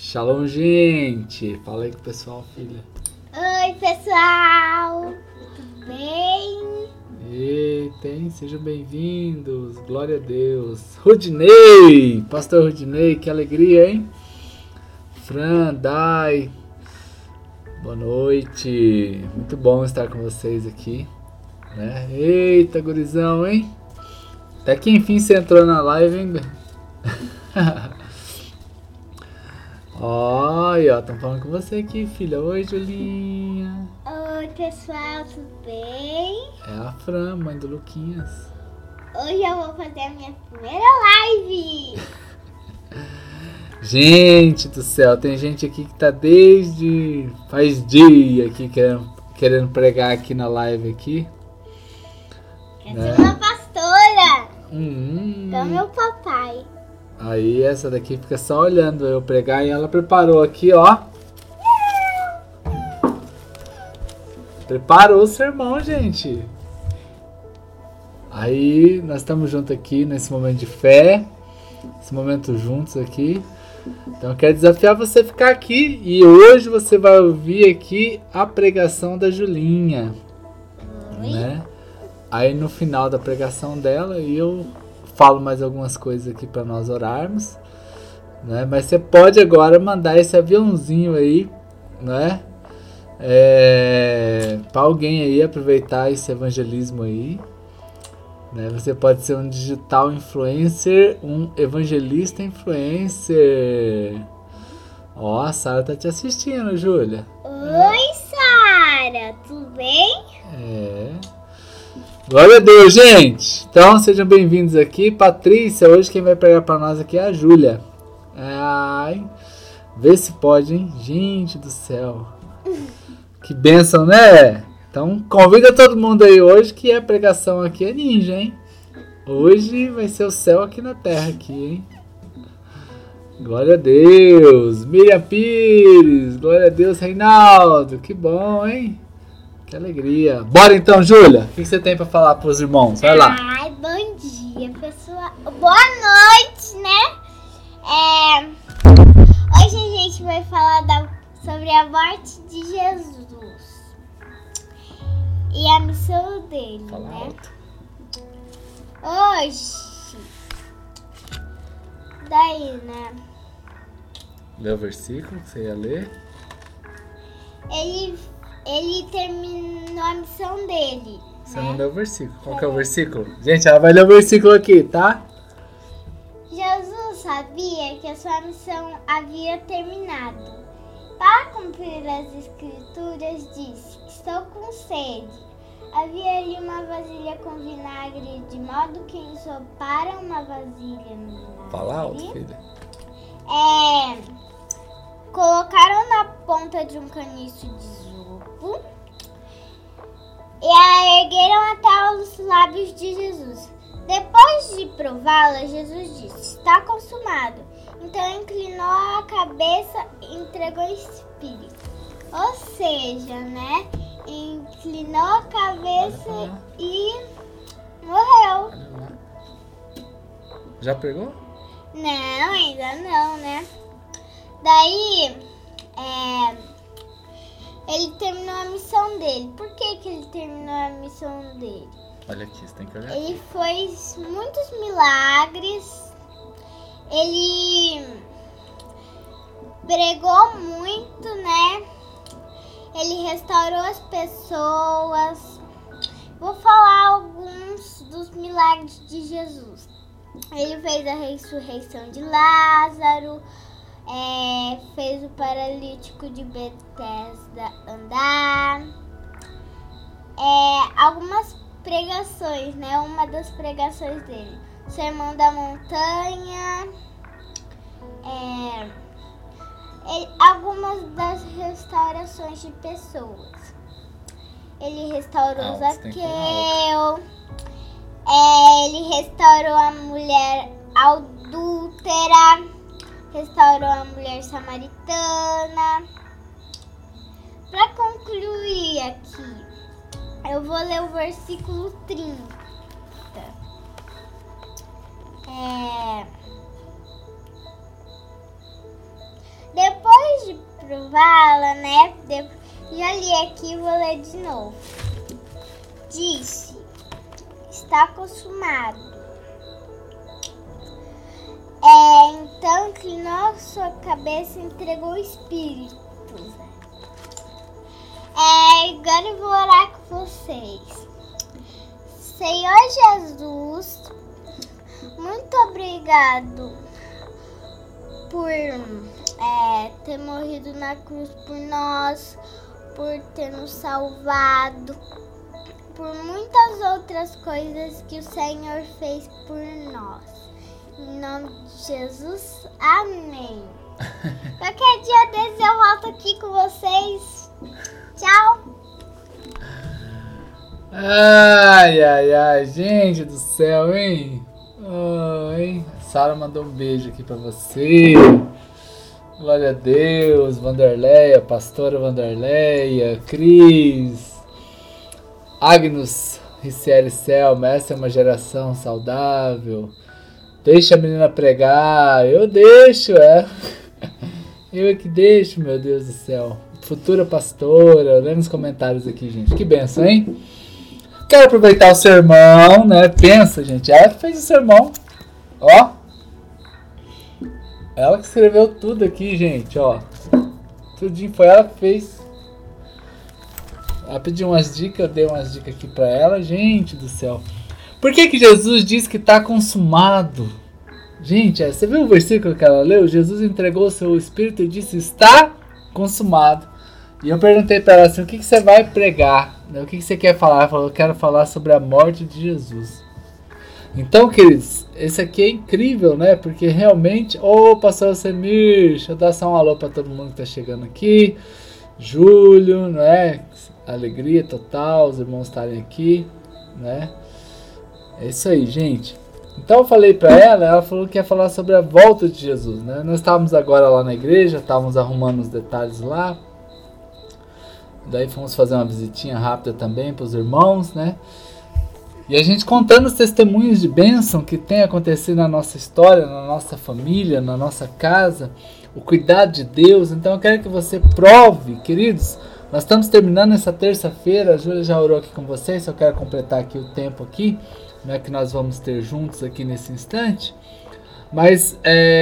Shalom, gente! Fala aí com o pessoal, filha. Oi, pessoal! Tudo bem? Eita, hein? Sejam bem-vindos! Glória a Deus! Rudinei! Pastor Rudinei, que alegria, hein? Fran, Dai, boa noite! Muito bom estar com vocês aqui, né? Eita, gurizão, hein? Até que enfim você entrou na live, hein? Olha, estão falando com você aqui, filha. Oi, Julinha. Oi, pessoal, tudo bem? É a Fran, mãe do Luquinhas. Hoje eu vou fazer a minha primeira live. Gente do céu, tem gente aqui que tá desde faz dia aqui querendo pregar aqui na live aqui. Quer ser uma pastora? Então, meu papai. Aí essa daqui fica só olhando eu pregar e ela preparou aqui, ó. Preparou o sermão, gente. Aí nós estamos juntos aqui nesse momento de fé, esse momento juntos aqui. Então eu quero desafiar você a ficar aqui e hoje você vai ouvir aqui a pregação da Julinha, né? Aí no final da pregação dela eu falo mais algumas coisas aqui para nós orarmos, né? Mas você pode agora mandar esse aviãozinho aí, né? Para alguém aí aproveitar esse evangelismo aí, né? Você pode ser um digital influencer, um evangelista influencer. Ó, a Sara tá te assistindo, Júlia. Oi, Sara, tudo bem? Glória a Deus, gente! Então, sejam bem-vindos aqui. Patrícia, hoje quem vai pregar para nós aqui é a Júlia. Ai, vê se pode, hein? Gente do céu. Que bênção, né? Então, convida todo mundo aí hoje que a pregação aqui é ninja, hein? Hoje vai ser o céu aqui na terra, aqui, hein? Glória a Deus! Miriam Pires! Glória a Deus, Reinaldo! Que bom, hein? Que alegria. Bora então, Júlia. O que você tem pra falar pros irmãos? Vai lá. Ai, bom dia, pessoal. Boa noite, né? Hoje a gente vai falar sobre a morte de Jesus e a missão dele, Fala né? alto. Hoje, daí, né? Lê o versículo que você ia ler. Ele terminou a missão dele. Você né? não leu o versículo. Qual que é o versículo? Gente, ela vai ler o versículo aqui, tá? Jesus sabia que a sua missão havia terminado. Para cumprir as escrituras, disse: estou com sede. Havia ali uma vasilha com vinagre, de modo que ensoparam uma vasilha no vinagre. Fala alto, filha. Colocaram na ponta de um caniço de isopo e a ergueram até os lábios de Jesus. Depois de prová-la, Jesus disse: está consumado. Então inclinou a cabeça e entregou o espírito. Ou seja, né? Inclinou a cabeça e morreu. Já pregou? Não, ainda não, né? Daí, ele terminou a missão dele. Por que ele terminou a missão dele? Olha aqui, você tem que olhar. Ele fez muitos milagres. Ele pregou muito, né? Ele restaurou as pessoas. Vou falar alguns dos milagres de Jesus. Ele fez a ressurreição de Lázaro. Fez o paralítico de Betesda andar. Algumas pregações, né? Uma das pregações dele: Sermão da Montanha. Algumas das restaurações de pessoas. Ele restaurou Zaqueu. Ele restaurou a mulher adúltera. Restaurou a mulher samaritana. Para concluir aqui, eu vou ler o versículo 30. Depois prová-la, né? Já li aqui, vou ler de novo. Disse, está consumado. Então inclinou sua cabeça e entregou o Espírito. Agora eu vou orar com vocês. Senhor Jesus, muito obrigado por ter morrido na cruz por nós, por ter nos salvado, por muitas outras coisas que o Senhor fez por nós. Em nome de Jesus, amém. Qualquer dia desses eu volto aqui com vocês. Tchau. Ai, gente do céu, hein? Sara mandou um beijo aqui pra você. Glória a Deus, Vanderleia, pastora Vanderleia, Cris, Agnus, Ricieli Selma, essa é uma geração saudável. Deixa a menina pregar, eu deixo, Eu é que deixo, meu Deus do céu. Futura pastora, lê nos comentários aqui, gente. Que benção, hein? Quero aproveitar o sermão, né? Pensa, gente, ela que fez o sermão. Ó. Ela que escreveu tudo aqui, gente, ó. Tudinho foi ela que fez. Ela pediu umas dicas, eu dei umas dicas aqui pra ela. Gente do céu. Por que Jesus diz que está consumado? Gente, você viu o versículo que ela leu? Jesus entregou o seu Espírito e disse, está consumado. E eu perguntei para ela assim, o que você vai pregar? O que você quer falar? Ela falou, eu quero falar sobre a morte de Jesus. Então, queridos, esse aqui é incrível, né? Porque realmente... pastor Semir, deixa eu dar só um alô para todo mundo que está chegando aqui. Júlio, né? Alegria total, os irmãos estarem aqui, né? É isso aí, gente. Então eu falei para ela falou que ia falar sobre a volta de Jesus, né? Nós estávamos agora lá na igreja, estávamos arrumando os detalhes lá. Daí fomos fazer uma visitinha rápida também para os irmãos, né? E a gente contando os testemunhos de bênção que tem acontecido na nossa história, na nossa família, na nossa casa, o cuidado de Deus. Então eu quero que você prove, queridos. Nós estamos terminando essa terça-feira, a Júlia já orou aqui com vocês, só quero completar aqui o tempo aqui, né, que nós vamos ter juntos aqui nesse instante. Mas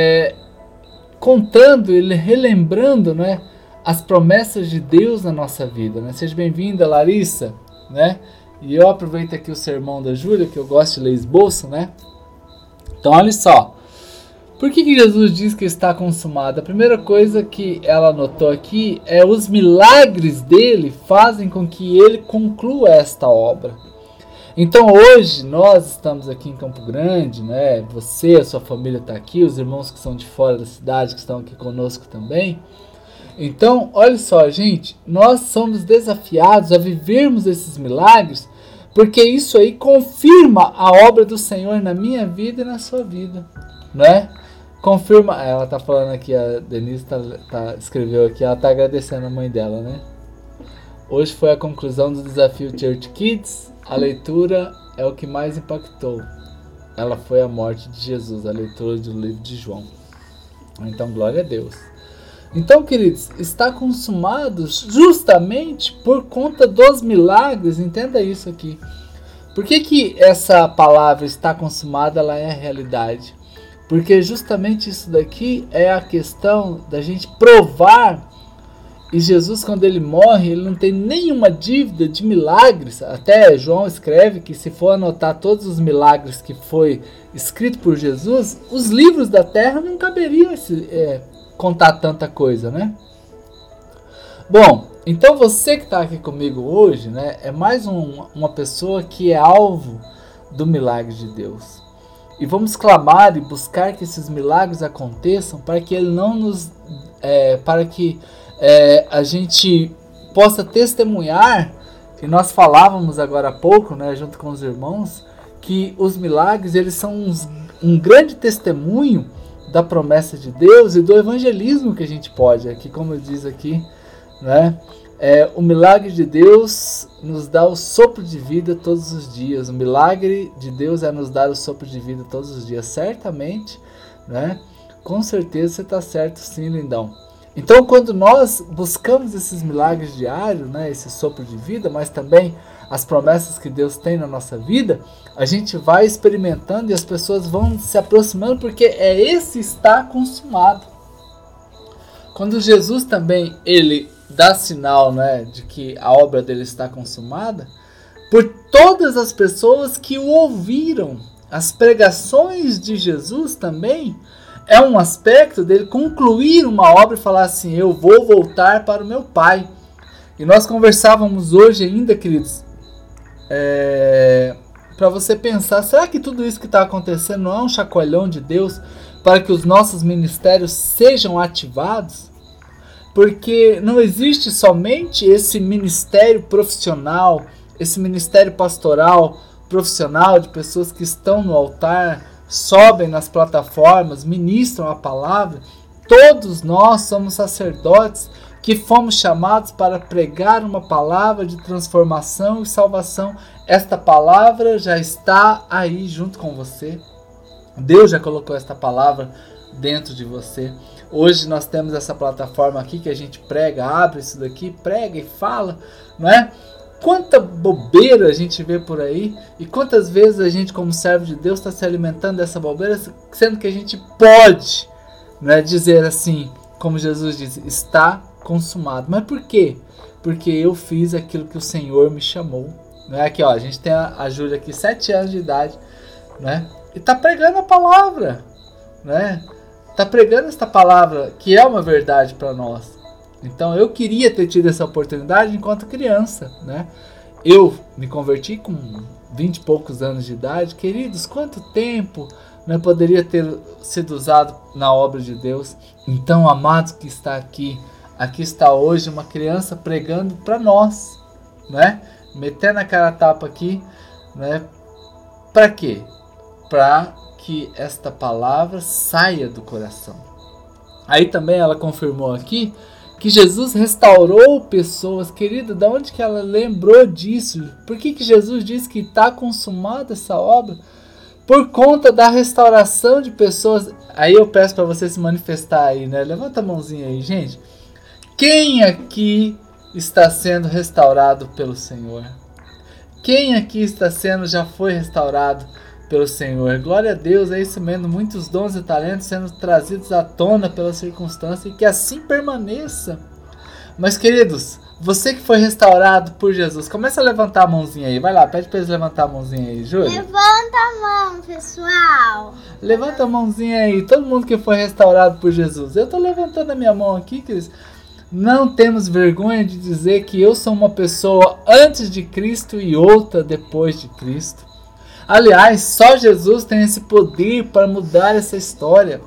contando, ele relembrando, né, as promessas de Deus na nossa vida, né? Seja bem-vinda, Larissa, né? E eu aproveito aqui o sermão da Júlia, que eu gosto de ler esboço, né? Então, olha só. Por que Jesus diz que está consumado? A primeira coisa que ela notou aqui é os milagres dele fazem com que ele conclua esta obra. Então, hoje, nós estamos aqui em Campo Grande, né? Você, a sua família está aqui, os irmãos que são de fora da cidade, que estão aqui conosco também. Então, olha só, gente, nós somos desafiados a vivermos esses milagres, porque isso aí confirma a obra do Senhor na minha vida e na sua vida, né? Confirma, ela tá falando aqui, a Denise escreveu aqui, ela tá agradecendo a mãe dela, né? Hoje foi a conclusão do desafio Church Kids, a leitura é o que mais impactou. Ela foi a morte de Jesus, a leitura do livro de João. Então, glória a Deus. Então, queridos, está consumado justamente por conta dos milagres, entenda isso aqui. Por que essa palavra está consumada, ela é a realidade? Porque justamente isso daqui é a questão da gente provar, e Jesus quando ele morre, ele não tem nenhuma dívida de milagres. Até João escreve que se for anotar todos os milagres que foi escrito por Jesus, os livros da terra não caberiam contar tanta coisa, né? Bom, então você que está aqui comigo hoje, né, é mais uma pessoa que é alvo do milagre de Deus. E vamos clamar e buscar que esses milagres aconteçam para que ele não nos, para que a gente possa testemunhar. E nós falávamos agora há pouco, né, junto com os irmãos, que os milagres eles são um grande testemunho da promessa de Deus e do evangelismo que a gente pode, aqui como diz aqui, né? O milagre de Deus nos dá o sopro de vida todos os dias. O milagre de Deus é nos dar o sopro de vida todos os dias, certamente, né? Com certeza você está certo sim, lindão. Então, quando nós buscamos esses milagres diários, né, esse sopro de vida, mas também as promessas que Deus tem na nossa vida, a gente vai experimentando e as pessoas vão se aproximando, porque esse está consumado. Quando Jesus também ele dá sinal, né, de que a obra dele está consumada, por todas as pessoas que o ouviram, as pregações de Jesus também é um aspecto dele concluir uma obra e falar assim, eu vou voltar para o meu Pai. E nós conversávamos hoje ainda, queridos, para você pensar, será que tudo isso que está acontecendo não é um chacoalhão de Deus para que os nossos ministérios sejam ativados? Porque não existe somente esse ministério profissional, esse ministério pastoral profissional de pessoas que estão no altar, sobem nas plataformas, ministram a palavra. Todos nós somos sacerdotes que fomos chamados para pregar uma palavra de transformação e salvação. Esta palavra já está aí junto com você. Deus já colocou esta palavra dentro de você. Hoje nós temos essa plataforma aqui que a gente prega, abre isso daqui, prega e fala, não é? Quanta bobeira a gente vê por aí e quantas vezes a gente como servo de Deus está se alimentando dessa bobeira, sendo que a gente pode, né, dizer assim, como Jesus diz, está consumado. Mas por quê? Porque eu fiz aquilo que o Senhor me chamou. Né? Aqui, ó, a gente tem a Júlia aqui, 7 anos de idade, né? E está pregando a palavra, né? Está pregando esta palavra que é uma verdade para nós. Então eu queria ter tido essa oportunidade enquanto criança, né? Eu me converti com 20 e poucos anos de idade. Queridos, quanto tempo, né, poderia ter sido usado na obra de Deus? Então, amados que está aqui está hoje uma criança pregando para nós, né? Metendo a cara a tapa aqui, né? Para quê? Para que esta palavra saia do coração. Aí também ela confirmou aqui que Jesus restaurou pessoas. Querido, de onde que ela lembrou disso? Por que Jesus diz que está consumada essa obra? Por conta da restauração de pessoas. Aí eu peço para você se manifestar aí, né? Levanta a mãozinha aí, gente. Quem aqui está sendo restaurado pelo Senhor? Quem aqui já foi restaurado pelo Senhor? Glória a Deus, é isso mesmo, muitos dons e talentos sendo trazidos à tona pela circunstância e que assim permaneça. Mas queridos, você que foi restaurado por Jesus, começa a levantar a mãozinha aí, vai lá, pede para eles levantar a mãozinha aí, Júlia. Levanta a mão, pessoal. Levanta a mãozinha aí, todo mundo que foi restaurado por Jesus. Eu estou levantando a minha mão aqui, queridos. Não temos vergonha de dizer que eu sou uma pessoa antes de Cristo e outra depois de Cristo. Aliás, só Jesus tem esse poder para mudar essa história.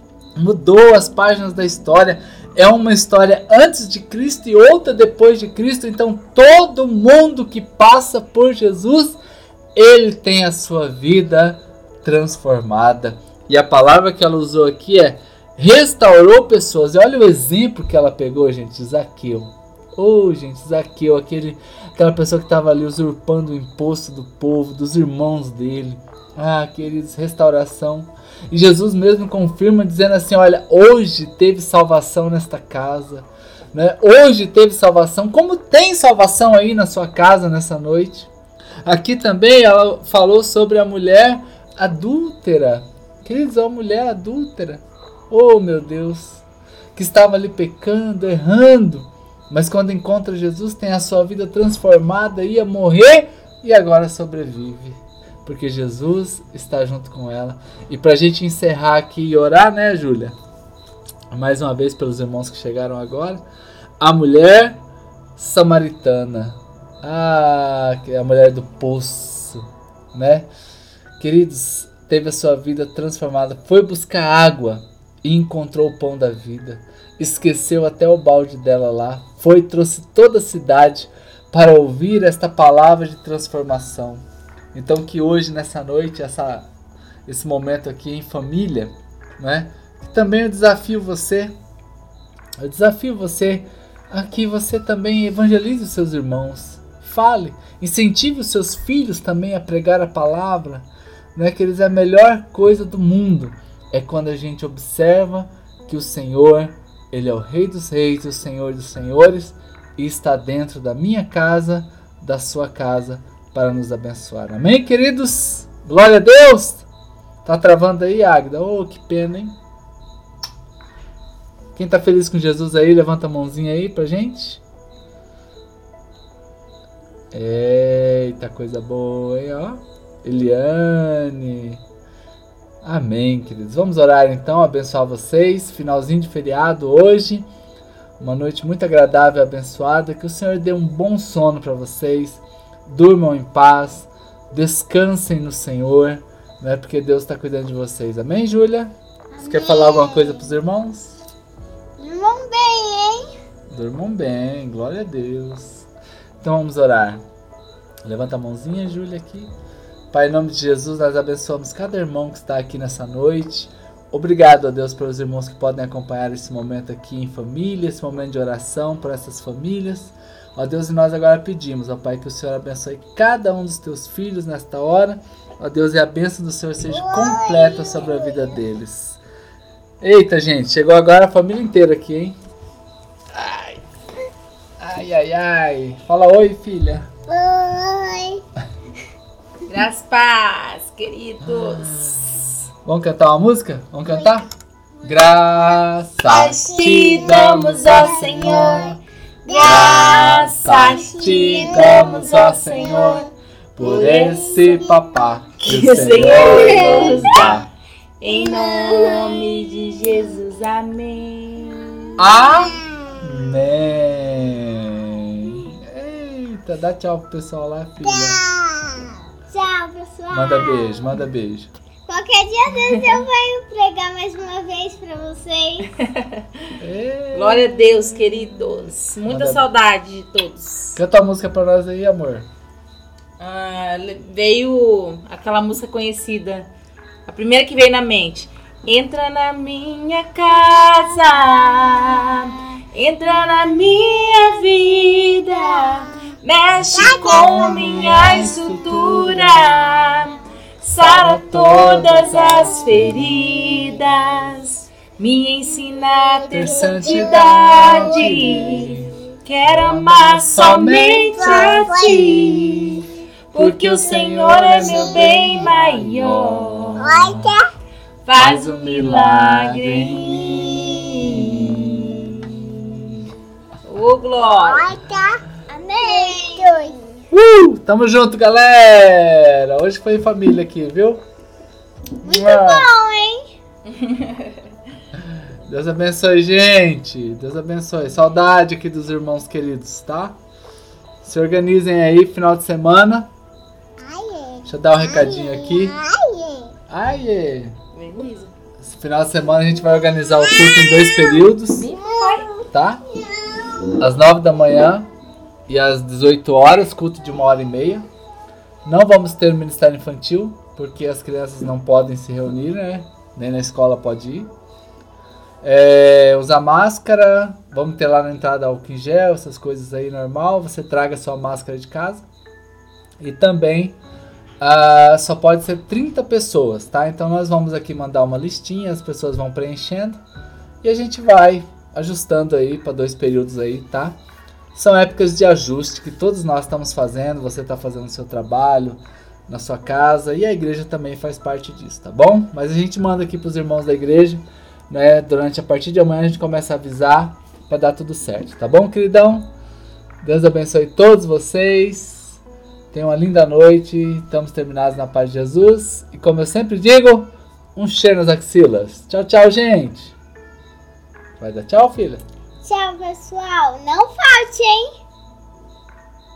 Mudou as páginas da história. É uma história antes de Cristo e outra depois de Cristo. Então todo mundo que passa por Jesus, ele tem a sua vida transformada. E a palavra que ela usou aqui é restaurou pessoas. E olha o exemplo que ela pegou, gente, Zaqueu. Gente, Zaqueu, aquela pessoa que estava ali usurpando o imposto do povo, dos irmãos dele. Queridos, restauração. E Jesus mesmo confirma dizendo assim, olha, hoje teve salvação nesta casa, né? Hoje teve salvação. Como tem salvação aí na sua casa nessa noite? Aqui também ela falou sobre a mulher adúltera. Queridos, a mulher adúltera. Oh, meu Deus, que estava ali pecando, errando, mas quando encontra Jesus tem a sua vida transformada, ia morrer e agora sobrevive, porque Jesus está junto com ela. E para a gente encerrar aqui e orar, né, Júlia? Mais uma vez pelos irmãos que chegaram agora, a mulher samaritana, a mulher do poço, né? Queridos, teve a sua vida transformada, foi buscar água e encontrou o pão da vida. Esqueceu até o balde dela lá. Trouxe toda a cidade para ouvir esta palavra de transformação. Então que hoje, nessa noite, esse momento aqui em família, né? Também eu desafio você a que você também evangelize os seus irmãos. Fale, incentive os seus filhos também a pregar a palavra. Né, queridos, é a melhor coisa do mundo é quando a gente observa que o Senhor Ele é o Rei dos Reis, o Senhor dos Senhores, e está dentro da minha casa, da sua casa, para nos abençoar. Amém, queridos? Glória a Deus! Tá travando aí, Águida? Oh, que pena, hein? Quem tá feliz com Jesus aí, levanta a mãozinha aí pra gente. Eita, coisa boa, hein, ó. Eliane. Amém, queridos. Vamos orar então, abençoar vocês. Finalzinho de feriado hoje. Uma noite muito agradável e abençoada. Que o Senhor dê um bom sono para vocês. Durmam em paz. Descansem no Senhor. Né, porque Deus está cuidando de vocês. Amém, Júlia? Você quer falar alguma coisa para os irmãos? Durmam bem, hein? Durmam bem, glória a Deus. Então vamos orar. Levanta a mãozinha, Júlia, aqui. Pai, em nome de Jesus, nós abençoamos cada irmão que está aqui nessa noite. Obrigado a Deus pelos irmãos que podem acompanhar esse momento aqui em família, esse momento de oração por essas famílias. Ó Deus, e nós agora pedimos, ó Pai, que o Senhor abençoe cada um dos teus filhos nesta hora. Ó Deus, e a bênção do Senhor seja completa sobre a vida deles. Eita, gente, chegou agora a família inteira aqui, hein? Ai, ai, ai, ai. Fala oi, filha. Oi. Graças a paz, queridos. Vamos cantar uma música? Vamos cantar? Graças te damos, ó Senhor. Graças te damos, ó Senhor, por esse papá que o Senhor nos dá. Em nome de Jesus, amém. Amém. Eita, dá tchau pro pessoal lá, filha. Tchau, pessoal. Manda beijo, manda beijo. Qualquer dia desses eu venho pregar mais uma vez pra vocês. Glória a Deus, queridos. Muita Manda... saudade de todos. Canta a música pra nós aí, amor. Veio aquela música conhecida. A primeira que veio na mente. Entra na minha casa, entra na minha vida, mexe com minha estrutura, sara todas as feridas, me ensina a ter santidade. Quero amar somente a ti, porque o Senhor é meu bem maior. Faz um milagre em mim. Ô, glória. Amém. Tamo junto, galera. Hoje foi em família aqui, viu? Muito bom, hein? Deus abençoe, gente. Deus abençoe. Saudade aqui dos irmãos queridos, tá? Se organizem aí, final de semana. Deixa eu dar um recadinho aqui. Aie. Esse final de semana a gente vai organizar o culto em 2 períodos, tá? Às 9 da manhã e às 18 horas, culto de 1h30. Não vamos ter ministério infantil, porque as crianças não podem se reunir, né? Nem na escola pode ir. Usar máscara, vamos ter lá na entrada álcool em gel, essas coisas aí normal. Você traga sua máscara de casa. E também só pode ser 30 pessoas, tá? Então nós vamos aqui mandar uma listinha, as pessoas vão preenchendo e a gente vai ajustando aí para 2 períodos aí, tá? São épocas de ajuste que todos nós estamos fazendo, você está fazendo o seu trabalho na sua casa e a igreja também faz parte disso, tá bom? Mas a gente manda aqui para os irmãos da igreja, né? A partir de amanhã a gente começa a avisar para dar tudo certo, tá bom, queridão? Deus abençoe todos vocês. Tenham uma linda noite, estamos terminados na paz de Jesus. E como eu sempre digo, um cheiro nas axilas. Tchau, tchau, gente. Vai dar tchau, filha? Tchau, pessoal. Não falte, hein?